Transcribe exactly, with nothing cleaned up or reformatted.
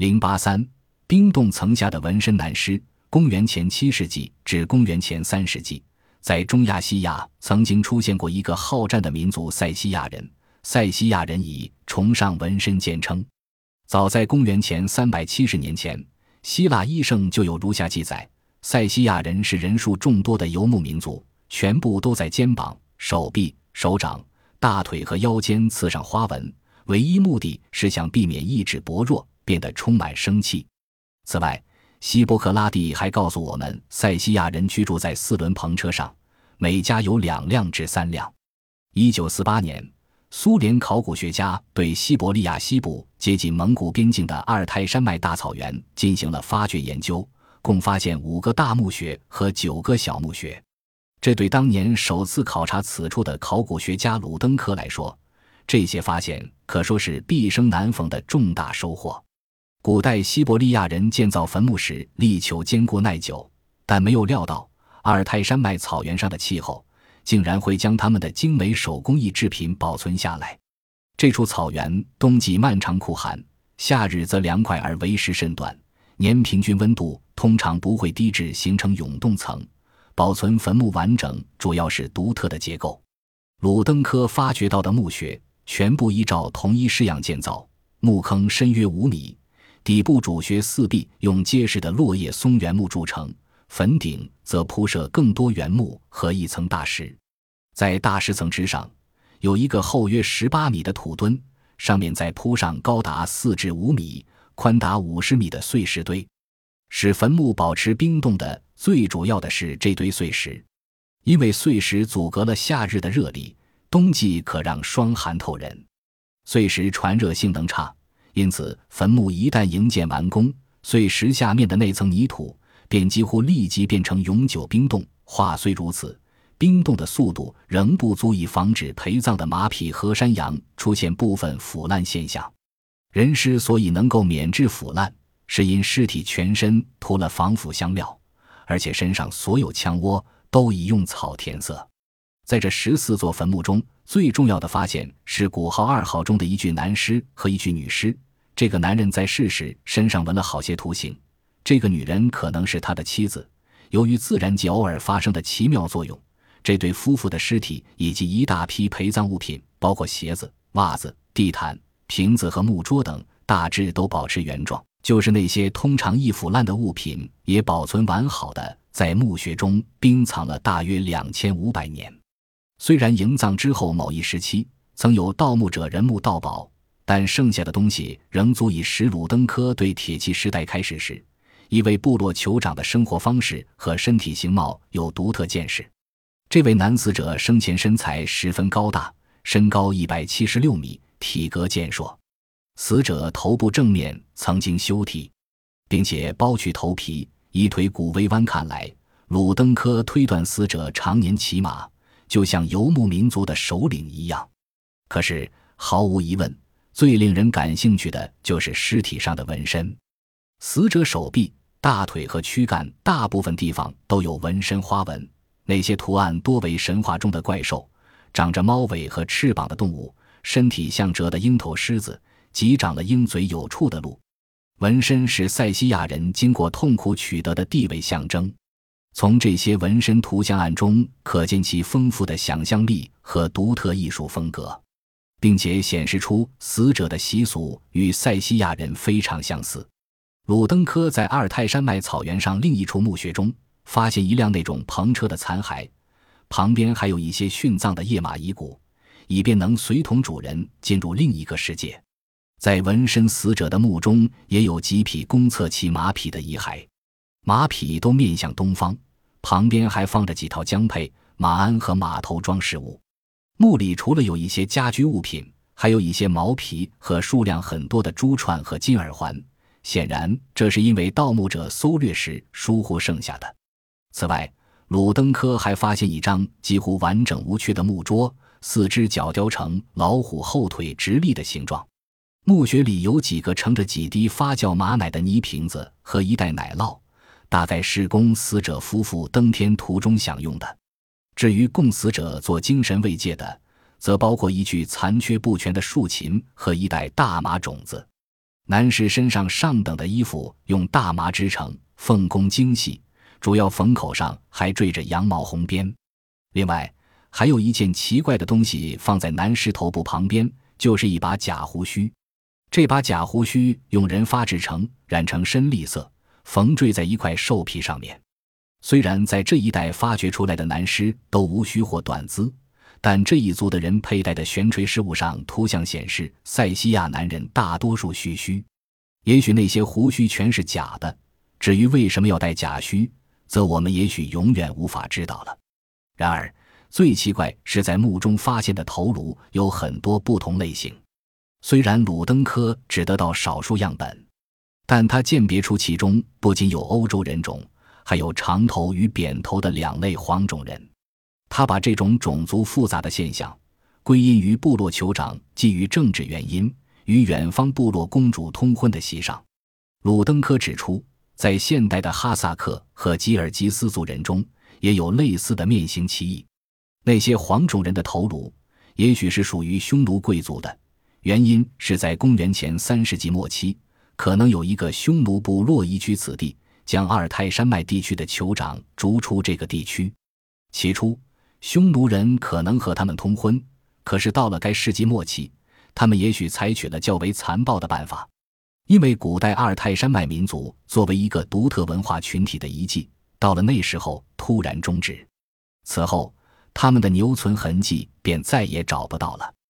零八三冰冻层下的纹身男尸，公元前七世纪至公元前三世纪，在中亚西亚曾经出现过一个好战的民族塞西亚人。塞西亚人以崇尚纹身见称。早在公元前三百七十年前，希腊医圣就有如下记载：塞西亚人是人数众多的游牧民族，全部都在肩膀、手臂、手掌、大腿和腰间刺上花纹，唯一目的是想避免意志薄弱，变得充满生气。此外，希波克拉底还告诉我们，塞西亚人居住在四轮篷车上，每家有两辆至三辆。一九四八年，苏联考古学家对西伯利亚西部接近蒙古边境的阿尔泰山脉大草原进行了发掘研究，共发现五个大墓穴和九个小墓穴。这对当年首次考察此处的考古学家鲁登科来说，这些发现可说是毕生难逢的重大收获。古代西伯利亚人建造坟墓时力求坚固耐久，但没有料到阿尔泰山脉草原上的气候竟然会将他们的精美手工艺制品保存下来。这处草原冬季漫长酷寒，夏日则凉快而为时甚短，年平均温度通常不会低至形成永冻层。保存坟墓完整主要是独特的结构。鲁登科发掘到的墓穴全部依照同一式样建造，墓坑深约五米，底部主穴四壁用结实的落叶松原木筑成，坟顶则铺设更多原木和一层大石。在大石层之上有一个厚约十八米的土墩，上面再铺上高达四至五米、宽达五十米的碎石堆。使坟墓保持冰冻的最主要的是这堆碎石，因为碎石阻隔了夏日的热力，冬季可让霜寒透人。碎石传热性能差，因此坟墓一旦营建完工，碎石下面的那层泥土便几乎立即变成永久冰冻。话虽如此，冰冻的速度仍不足以防止陪葬的马匹和山羊出现部分腐烂现象。人尸所以能够免致腐烂，是因尸体全身涂了防腐香料，而且身上所有枪窝都已用草填色。在这十四座坟墓中，最重要的发现是古号二号中的一具男尸和一具女尸。这个男人在世时身上纹了好些图形，这个女人可能是他的妻子。由于自然界偶尔发生的奇妙作用，这对夫妇的尸体以及一大批陪葬物品，包括鞋子、袜子、地毯、瓶子和木桌等，大致都保持原状。就是那些通常易腐烂的物品也保存完好的，在墓穴中冰藏了大约两千五百年。虽然营葬之后某一时期曾有盗墓者人墓盗宝，但剩下的东西仍足以使鲁登科对铁器时代开始时一位部落酋长的生活方式和身体形貌有独特见识。这位男死者生前身材十分高大，身高一百七十六米，体格健硕。死者头部正面曾经修剃，并且剥去头皮，以腿骨微弯看来，鲁登科推断死者常年骑马，就像游牧民族的首领一样。可是毫无疑问，最令人感兴趣的就是尸体上的纹身。死者手臂、大腿和躯干大部分地方都有纹身花纹，那些图案多为神话中的怪兽，长着猫尾和翅膀的动物，身体像折的鹰头狮子，及长了鹰嘴有触的鹿。纹身是塞西亚人经过痛苦取得的地位象征。从这些纹身图像案中可见其丰富的想象力和独特艺术风格，并且显示出死者的习俗与塞西亚人非常相似。鲁登科在阿尔泰山脉草原上另一处墓穴中发现一辆那种篷车的残骸，旁边还有一些殉葬的夜马遗骨，以便能随同主人进入另一个世界。在纹身死者的墓中也有几匹公厕骑马匹的遗骸，马匹都面向东方，旁边还放着几套浆配、马鞍和马头装饰物。墓里除了有一些家居物品，还有一些毛皮和数量很多的珠串和金耳环，显然这是因为盗墓者搜掠时疏忽剩下的。此外，鲁登科还发现一张几乎完整无缺的木桌，四只脚雕成老虎后腿直立的形状。墓穴里有几个盛着几滴发酵马奶的泥瓶子和一袋奶酪，大概是供死者夫妇登天途中享用的。至于供死者做精神慰藉的，则包括一具残缺不全的竖琴和一袋大麻种子。 男士身上上等的衣服用大麻织成，缝工精细，主要缝口上还缀着羊毛红边。另外还有一件奇怪的东西放在男士头部旁边，就是一把假胡须。这把假胡须用人发制成，染成深栗色，缝缀在一块兽皮上面。虽然在这一带发掘出来的男尸都无须或短姿，但这一族的人佩戴的悬垂饰物上图像显示，塞西亚男人大多数蓄须。也许那些胡须全是假的，至于为什么要戴假须，则我们也许永远无法知道了。然而最奇怪是在墓中发现的头颅有很多不同类型。虽然鲁登科只得到少数样本，但他鉴别出其中不仅有欧洲人种，还有长头与扁头的两类黄种人。他把这种种族复杂的现象归因于部落酋长基于政治原因与远方部落公主通婚的习上。鲁登科指出，在现代的哈萨克和吉尔吉斯族人中也有类似的面型歧义。那些黄种人的头颅也许是属于匈奴贵族的，原因是在公元前三世纪末期，可能有一个匈奴部落移居此地，将阿尔泰山脉地区的酋长逐出这个地区。起初匈奴人可能和他们通婚，可是到了该世纪末期，他们也许采取了较为残暴的办法。因为古代阿尔泰山脉民族作为一个独特文化群体的遗迹，到了那时候突然终止。此后他们的留存痕迹便再也找不到了。